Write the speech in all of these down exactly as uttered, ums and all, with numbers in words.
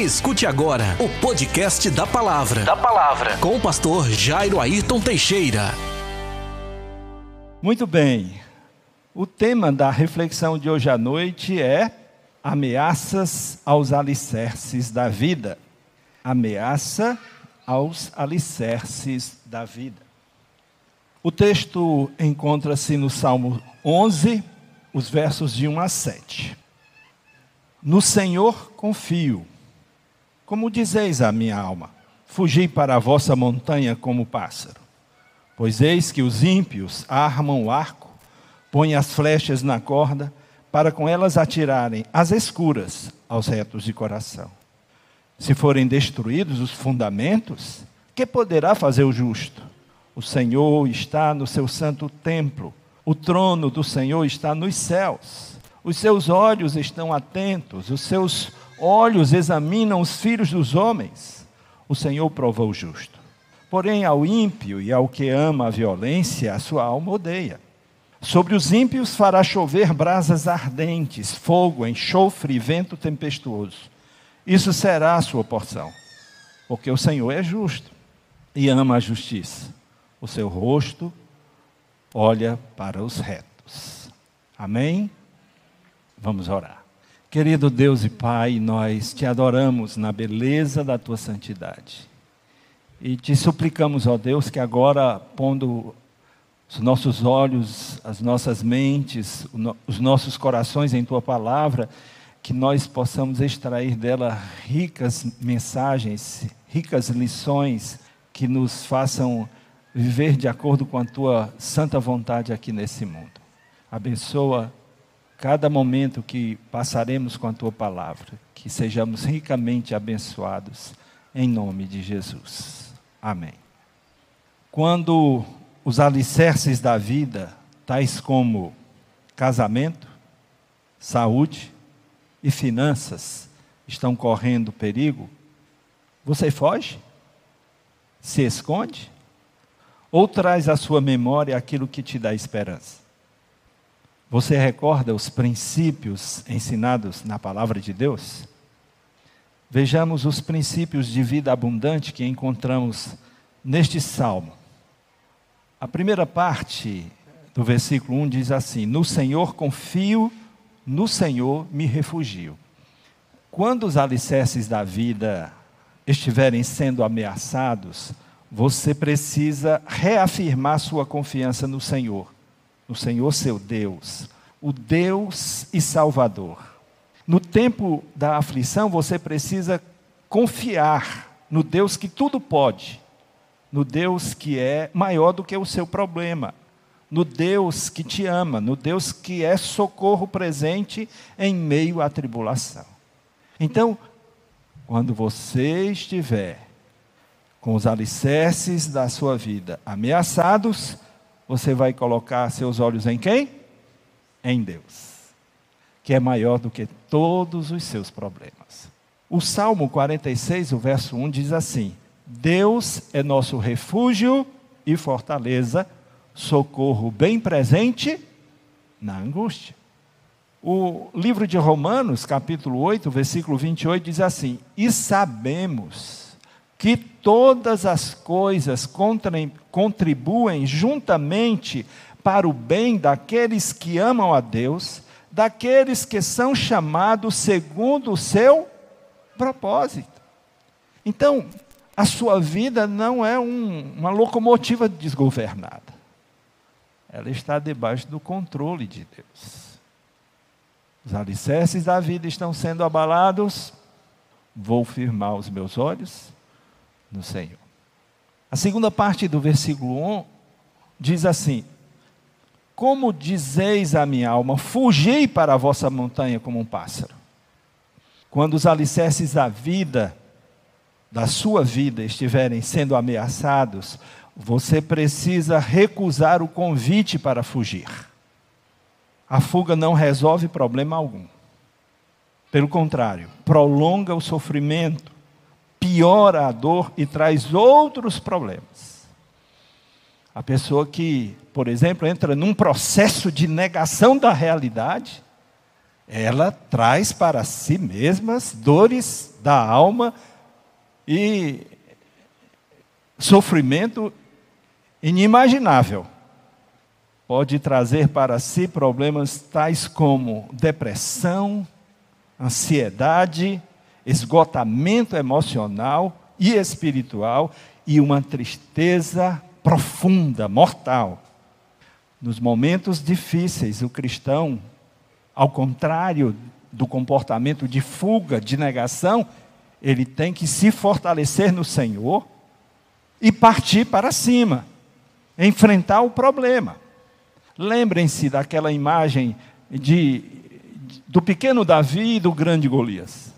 Escute agora o podcast da Palavra. Da Palavra. Com o pastor Jairo Ayrton Teixeira. Muito bem. O tema da reflexão de hoje à noite é ameaças aos alicerces da vida. Ameaça aos alicerces da vida. O texto encontra-se no Salmo onze, os versos de um a sete. No Senhor confio. Como dizeis à minha alma, fugi para a vossa montanha como pássaro. Pois eis que os ímpios armam o arco, põem as flechas na corda, para com elas atirarem às escuras aos retos de coração. Se forem destruídos os fundamentos, que poderá fazer o justo? O Senhor está no seu santo templo, o trono do Senhor está nos céus. Os seus olhos estão atentos, os seus olhos examinam os filhos dos homens. O Senhor prova o justo. Porém, ao ímpio e ao que ama a violência, a sua alma odeia. Sobre os ímpios fará chover brasas ardentes, fogo, enxofre e vento tempestuoso. Isso será a sua porção, porque o Senhor é justo e ama a justiça. O seu rosto olha para os retos. Amém? Vamos orar. Querido Deus e Pai, nós te adoramos na beleza da tua santidade. E te suplicamos, ó Deus, que agora, pondo os nossos olhos, as nossas mentes, os nossos corações em tua palavra, que nós possamos extrair dela ricas mensagens, ricas lições, que nos façam viver de acordo com a tua santa vontade aqui nesse mundo. Abençoa cada momento que passaremos com a tua palavra, que sejamos ricamente abençoados, em nome de Jesus. Amém. Quando os alicerces da vida, tais como casamento, saúde e finanças, estão correndo perigo, você foge? Se esconde? Ou traz à sua memória aquilo que te dá esperança? Você recorda os princípios ensinados na palavra de Deus? Vejamos os princípios de vida abundante que encontramos neste salmo. A primeira parte do versículo um diz assim: no Senhor confio, no Senhor me refugio. Quando os alicerces da vida estiverem sendo ameaçados, você precisa reafirmar sua confiança no Senhor. No Senhor seu Deus, o Deus e Salvador. No tempo da aflição, você precisa confiar no Deus que tudo pode, no Deus que é maior do que o seu problema, no Deus que te ama, no Deus que é socorro presente em meio à tribulação. Então, quando você estiver com os alicerces da sua vida ameaçados, você vai colocar seus olhos em quem? Em Deus, que é maior do que todos os seus problemas. O Salmo quarenta e seis, o verso um, diz assim: Deus é nosso refúgio e fortaleza, socorro bem presente na angústia. O livro de Romanos, capítulo oito, versículo vinte e oito, diz assim: e sabemos que todas as coisas contribuem juntamente para o bem daqueles que amam a Deus, daqueles que são chamados segundo o seu propósito. Então, a sua vida não é um, uma locomotiva desgovernada. Ela está debaixo do controle de Deus. Os alicerces da vida estão sendo abalados. Vou firmar os meus olhos no Senhor. A segunda parte do versículo um diz assim: como dizeis à minha alma, fugi para a vossa montanha como um pássaro. Quando os alicerces da vida, da sua vida, estiverem sendo ameaçados, você precisa recusar o convite para fugir. A fuga não resolve problema algum. Pelo contrário, prolonga o sofrimento, piora a dor e traz outros problemas. A pessoa que, por exemplo, entra num processo de negação da realidade, ela traz para si mesmas dores da alma e sofrimento inimaginável. Pode trazer para si problemas tais como depressão, ansiedade, esgotamento emocional e espiritual e uma tristeza profunda, mortal. Nos momentos difíceis, o cristão, ao contrário do comportamento de fuga, de negação, ele tem que se fortalecer no Senhor e partir para cima, enfrentar o problema. Lembrem-se daquela imagem de, do pequeno Davi e do grande Golias.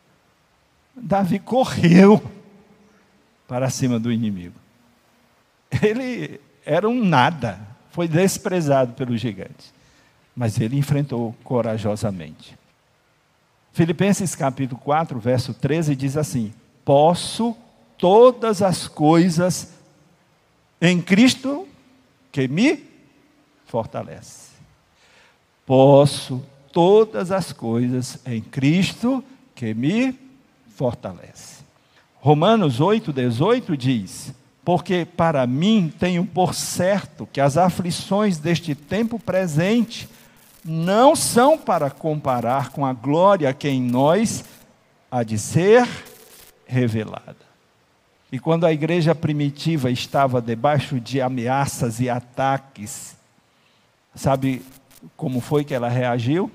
Davi correu para cima do inimigo. Ele era um nada, foi desprezado pelos gigantes, mas ele enfrentou corajosamente. Filipenses capítulo quatro, verso treze diz assim: posso todas as coisas em Cristo que me fortalece. Posso todas as coisas em Cristo que me fortalece. Romanos oito, dezoito diz: porque para mim tenho por certo que as aflições deste tempo presente não são para comparar com a glória que em nós há de ser revelada. E quando a igreja primitiva estava debaixo de ameaças e ataques, sabe como foi que ela reagiu?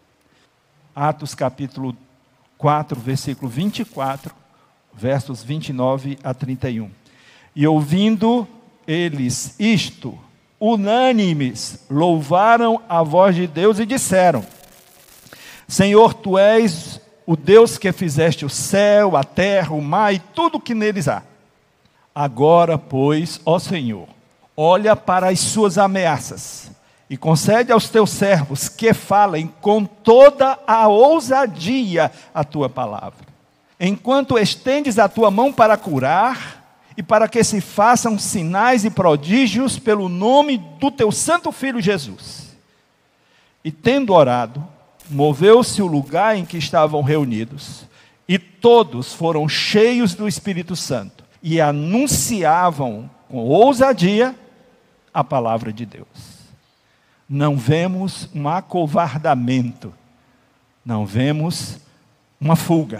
Atos capítulo quatro, versículo vinte e quatro, versos vinte e nove a trinta e um. E ouvindo eles isto, unânimes, louvaram a voz de Deus e disseram: Senhor, Tu és o Deus que fizeste o céu, a terra, o mar e tudo o que neles há. Agora, pois, ó Senhor, olha para as suas ameaças e concede aos Teus servos que falem com toda a ousadia a Tua palavra, enquanto estendes a Tua mão para curar e para que se façam sinais e prodígios pelo nome do Teu santo Filho Jesus. E tendo orado, moveu-se o lugar em que estavam reunidos, e todos foram cheios do Espírito Santo, e anunciavam com ousadia a palavra de Deus. Não vemos um acovardamento, não vemos uma fuga,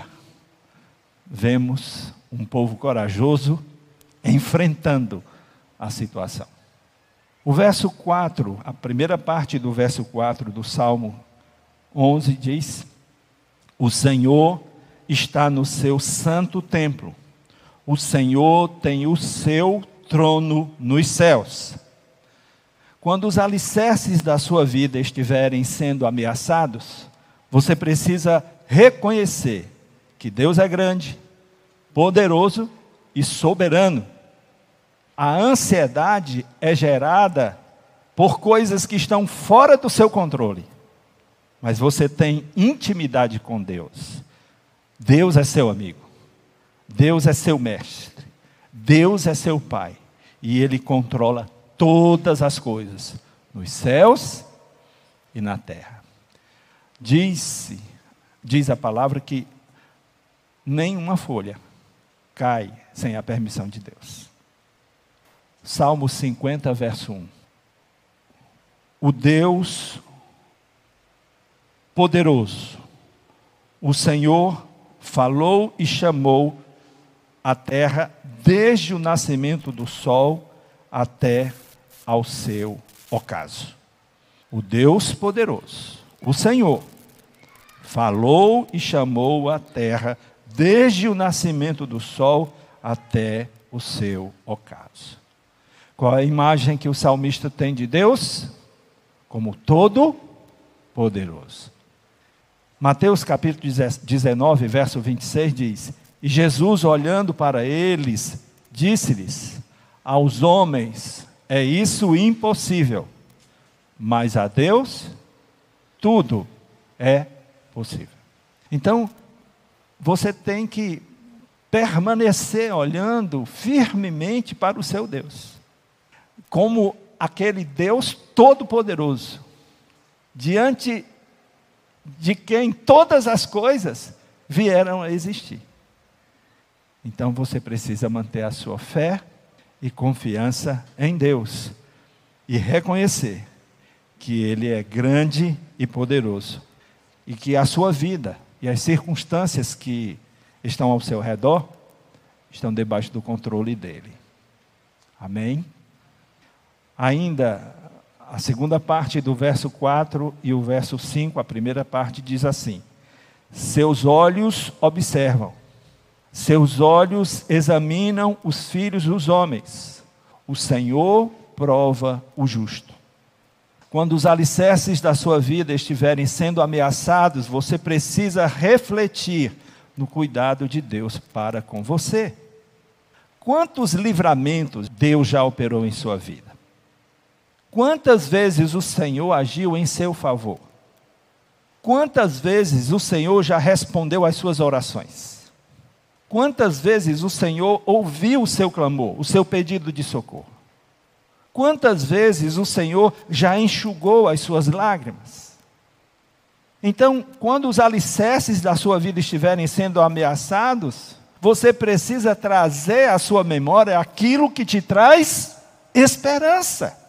vemos um povo corajoso enfrentando a situação. O verso quatro, a primeira parte do verso quatro do Salmo onze diz: o Senhor está no seu santo templo, o Senhor tem o seu trono nos céus. Quando os alicerces da sua vida estiverem sendo ameaçados, você precisa reconhecer que Deus é grande, poderoso e soberano. A ansiedade é gerada por coisas que estão fora do seu controle. Mas você tem intimidade com Deus. Deus é seu amigo. Deus é seu mestre. Deus é seu pai. E Ele controla todas as coisas, nos céus e na terra. Diz, diz a palavra que nenhuma folha cai sem a permissão de Deus. Salmo cinquenta, verso um. O Deus poderoso, o Senhor falou e chamou a terra desde o nascimento do sol até ao seu ocaso. O Deus poderoso, o Senhor, falou e chamou a terra desde o nascimento do sol até o seu ocaso. Qual é a imagem que o salmista tem de Deus? Como todo poderoso. Mateus capítulo dezenove, verso vinte e seis diz: e Jesus, olhando para eles, disse-lhes: aos homens é isso impossível, mas a Deus tudo é possível. Então, você tem que permanecer olhando firmemente para o seu Deus, como aquele Deus todo-poderoso, diante de quem todas as coisas vieram a existir. Então você precisa manter a sua fé e confiança em Deus e reconhecer que Ele é grande e poderoso e que a sua vida e as circunstâncias que estão ao seu redor estão debaixo do controle dEle. Amém? Ainda a segunda parte do verso quatro e o verso cinco, a primeira parte diz assim: seus olhos observam, seus olhos examinam os filhos dos homens, o Senhor prova o justo. Quando os alicerces da sua vida estiverem sendo ameaçados, você precisa refletir no cuidado de Deus para com você. Quantos livramentos Deus já operou em sua vida? Quantas vezes o Senhor agiu em seu favor? Quantas vezes o Senhor já respondeu às suas orações? Quantas vezes o Senhor ouviu o seu clamor, o seu pedido de socorro? Quantas vezes o Senhor já enxugou as suas lágrimas? Então, quando os alicerces da sua vida estiverem sendo ameaçados, você precisa trazer à sua memória aquilo que te traz esperança.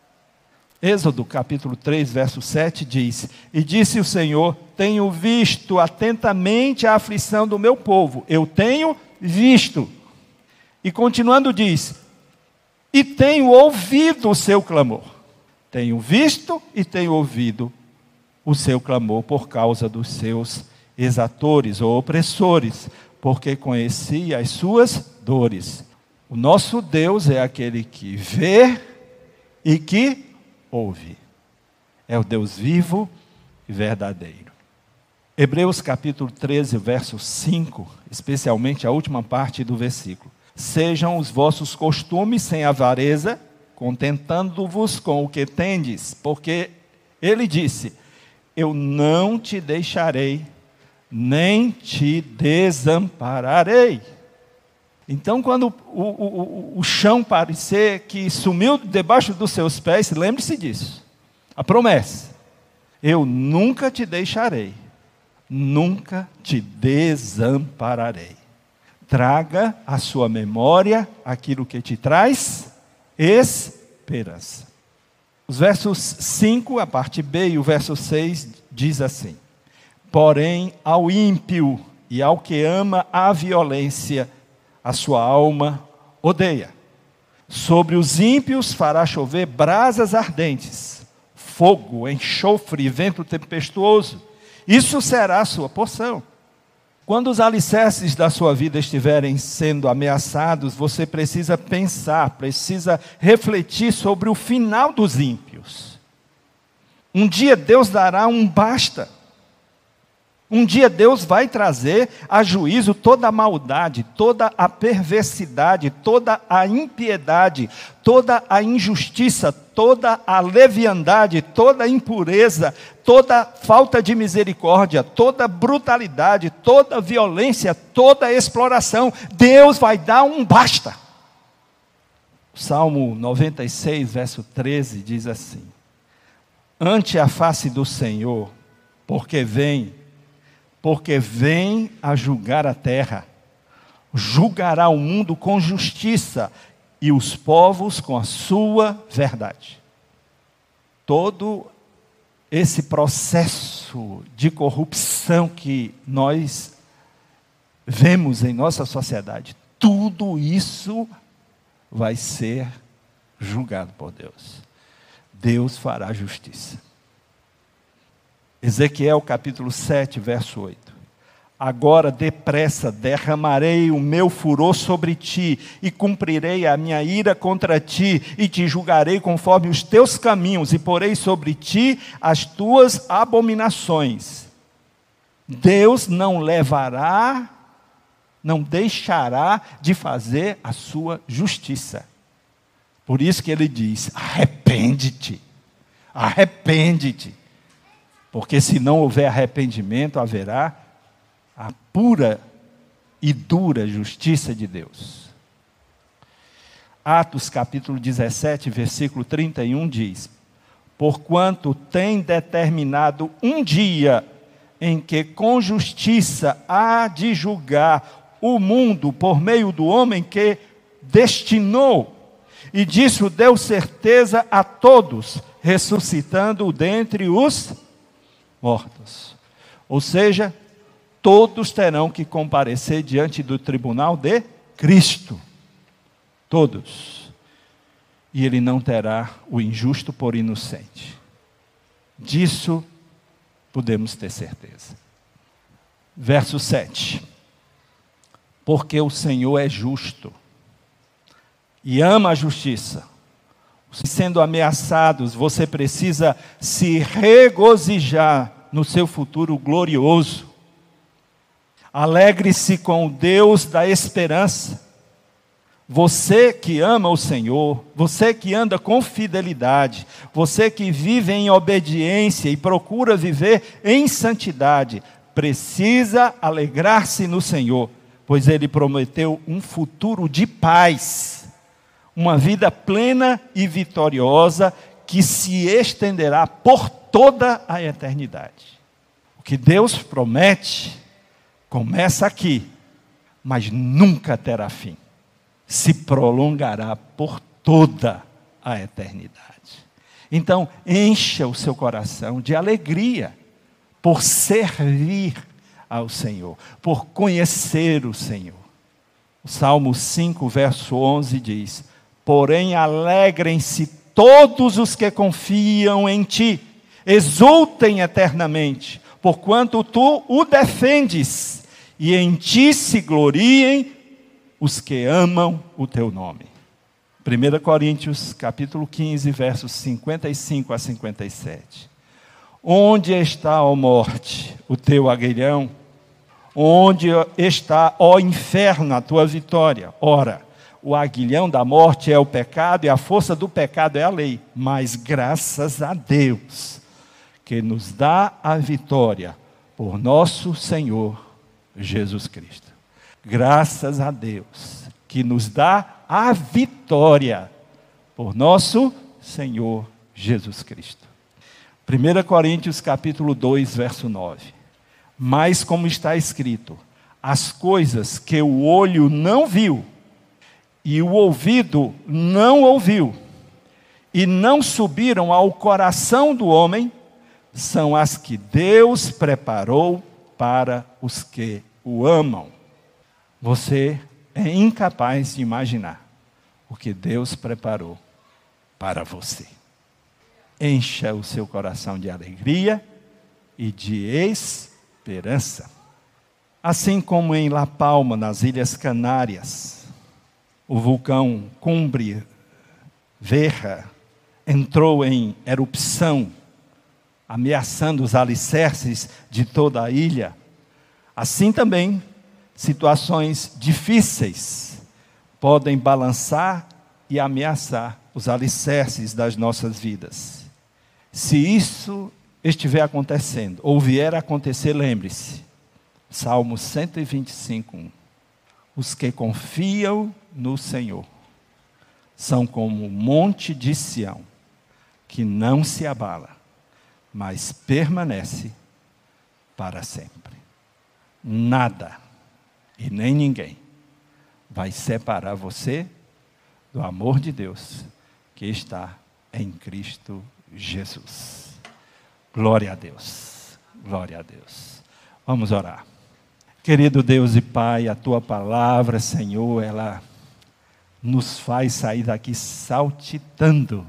Êxodo capítulo três, verso sete diz: e disse o Senhor, tenho visto atentamente a aflição do meu povo, eu tenho visto. E continuando diz, e tenho ouvido o seu clamor. Tenho visto e tenho ouvido o seu clamor por causa dos seus exatores ou opressores, porque conheci as suas dores. O nosso Deus é aquele que vê e que ouve. É o Deus vivo e verdadeiro. Hebreus capítulo treze, verso cinco, especialmente a última parte do versículo. Sejam os vossos costumes sem avareza, contentando-vos com o que tendes, porque ele disse, eu não te deixarei, nem te desampararei. Então, quando o, o, o, o chão parecer que sumiu debaixo dos seus pés, lembre-se disso. A promessa. Eu nunca te deixarei, nunca te desampararei. Traga à sua memória aquilo que te traz esperança. Os versos cinco, a parte B, e o verso seis diz assim: porém, ao ímpio e ao que ama a violência, a sua alma odeia. Sobre os ímpios fará chover brasas ardentes, fogo, enxofre e vento tempestuoso. Isso será a sua porção. Quando os alicerces da sua vida estiverem sendo ameaçados, você precisa pensar, precisa refletir sobre o final dos ímpios. Um dia Deus dará um basta. Um dia Deus vai trazer a juízo toda a maldade, toda a perversidade, toda a impiedade, toda a injustiça, toda a leviandade, toda a impureza, toda a falta de misericórdia, toda a brutalidade, toda a violência, toda a exploração. Deus vai dar um basta. Salmo noventa e seis, verso treze, diz assim: ante a face do Senhor, porque vem, porque vem a julgar a terra, julgará o mundo com justiça e os povos com a sua verdade. Todo esse processo de corrupção que nós vemos em nossa sociedade, tudo isso vai ser julgado por Deus. Deus fará justiça. Ezequiel capítulo sete, verso oito. Agora depressa derramarei o meu furor sobre ti, e cumprirei a minha ira contra ti, e te julgarei conforme os teus caminhos, e porei sobre ti as tuas abominações. Deus não levará, não deixará de fazer a sua justiça. Por isso que ele diz, arrepende-te, arrepende-te. Porque se não houver arrependimento, haverá a pura e dura justiça de Deus. Atos capítulo dezessete, versículo trinta e um diz: porquanto tem determinado um dia em que com justiça há de julgar o mundo por meio do homem que destinou, e disso deu certeza a todos, ressuscitando dentre os mortos. Ou seja, todos terão que comparecer diante do tribunal de Cristo. Todos. E ele não terá o injusto por inocente. Disso podemos ter certeza. Verso sete. Porque o Senhor é justo e ama a justiça. Sendo ameaçados, você precisa se regozijar no seu futuro glorioso. Alegre-se com o Deus da esperança. Você que ama o Senhor, você que anda com fidelidade, você que vive em obediência e procura viver em santidade, precisa alegrar-se no Senhor, pois Ele prometeu um futuro de paz, uma vida plena e vitoriosa que se estenderá por toda a eternidade. O que Deus promete começa aqui, mas nunca terá fim. Se prolongará por toda a eternidade. Então, encha o seu coração de alegria por servir ao Senhor, por conhecer o Senhor. O Salmo cinco, verso onze diz: porém alegrem-se todos os que confiam em ti, exultem eternamente, porquanto tu o defendes, e em ti se gloriem os que amam o teu nome. primeira Coríntios, capítulo quinze, versos cinquenta e cinco a cinquenta e sete. Onde está, ó morte, o teu aguilhão? Onde está, ó inferno, a tua vitória? Ora, o aguilhão da morte é o pecado, e a força do pecado é a lei. Mas graças a Deus, que nos dá a vitória por nosso Senhor Jesus Cristo. Graças a Deus, que nos dá a vitória por nosso Senhor Jesus Cristo. primeira Coríntios capítulo dois, verso nove. Mas como está escrito, as coisas que o olho não viu, e o ouvido não ouviu, e não subiram ao coração do homem, são as que Deus preparou para os que o amam. Você é incapaz de imaginar o que Deus preparou para você. Encha o seu coração de alegria e de esperança. Assim como em La Palma, nas Ilhas Canárias, o vulcão Cumbre Vieja entrou em erupção, ameaçando os alicerces de toda a ilha. Assim também, situações difíceis podem balançar e ameaçar os alicerces das nossas vidas. Se isso estiver acontecendo, ou vier a acontecer, lembre-se, Salmo cento e vinte e cinco, um. Os que confiam no Senhor são como o monte de Sião, que não se abala, mas permanece para sempre. Nada e nem ninguém vai separar você do amor de Deus que está em Cristo Jesus. Glória a Deus, glória a Deus. Vamos orar. Querido Deus e Pai, a Tua palavra, Senhor, ela nos faz sair daqui saltitando,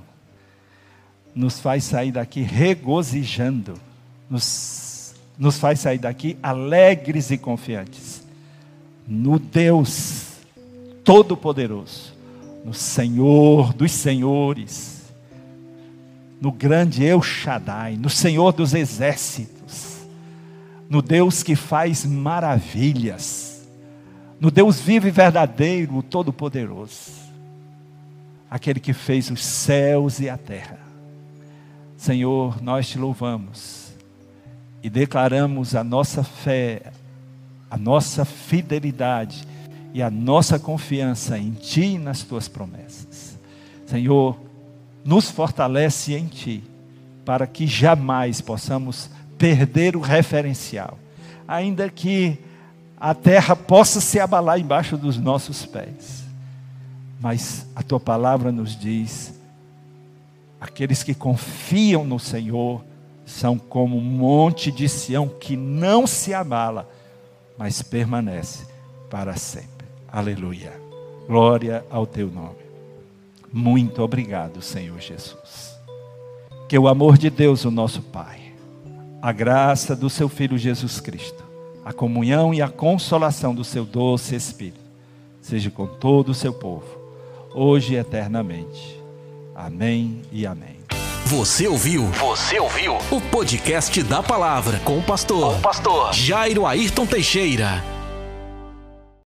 nos faz sair daqui regozijando, nos, nos faz sair daqui alegres e confiantes no Deus Todo-Poderoso, no Senhor dos Senhores, no grande El Shaddai, no Senhor dos Exércitos, no Deus que faz maravilhas, no Deus vivo e verdadeiro, o Todo-Poderoso, aquele que fez os céus e a terra. Senhor, nós te louvamos e declaramos a nossa fé, a nossa fidelidade e a nossa confiança em Ti e nas Tuas promessas. Senhor, nos fortalece em Ti, para que jamais possamos perder o referencial, ainda que a terra possa se abalar embaixo dos nossos pés. Mas a tua palavra nos diz: aqueles que confiam no Senhor são como um monte de Sião que não se abala, mas permanece para sempre. Aleluia. Glória ao teu nome. Muito obrigado, Senhor Jesus. Que o amor de Deus, o nosso Pai, a graça do seu Filho Jesus Cristo, a comunhão e a consolação do seu doce Espírito, seja com todo o seu povo, hoje e eternamente. Amém e amém. Você ouviu? Você ouviu? O podcast da Palavra com o pastor, com o pastor Jairo Ayrton Teixeira.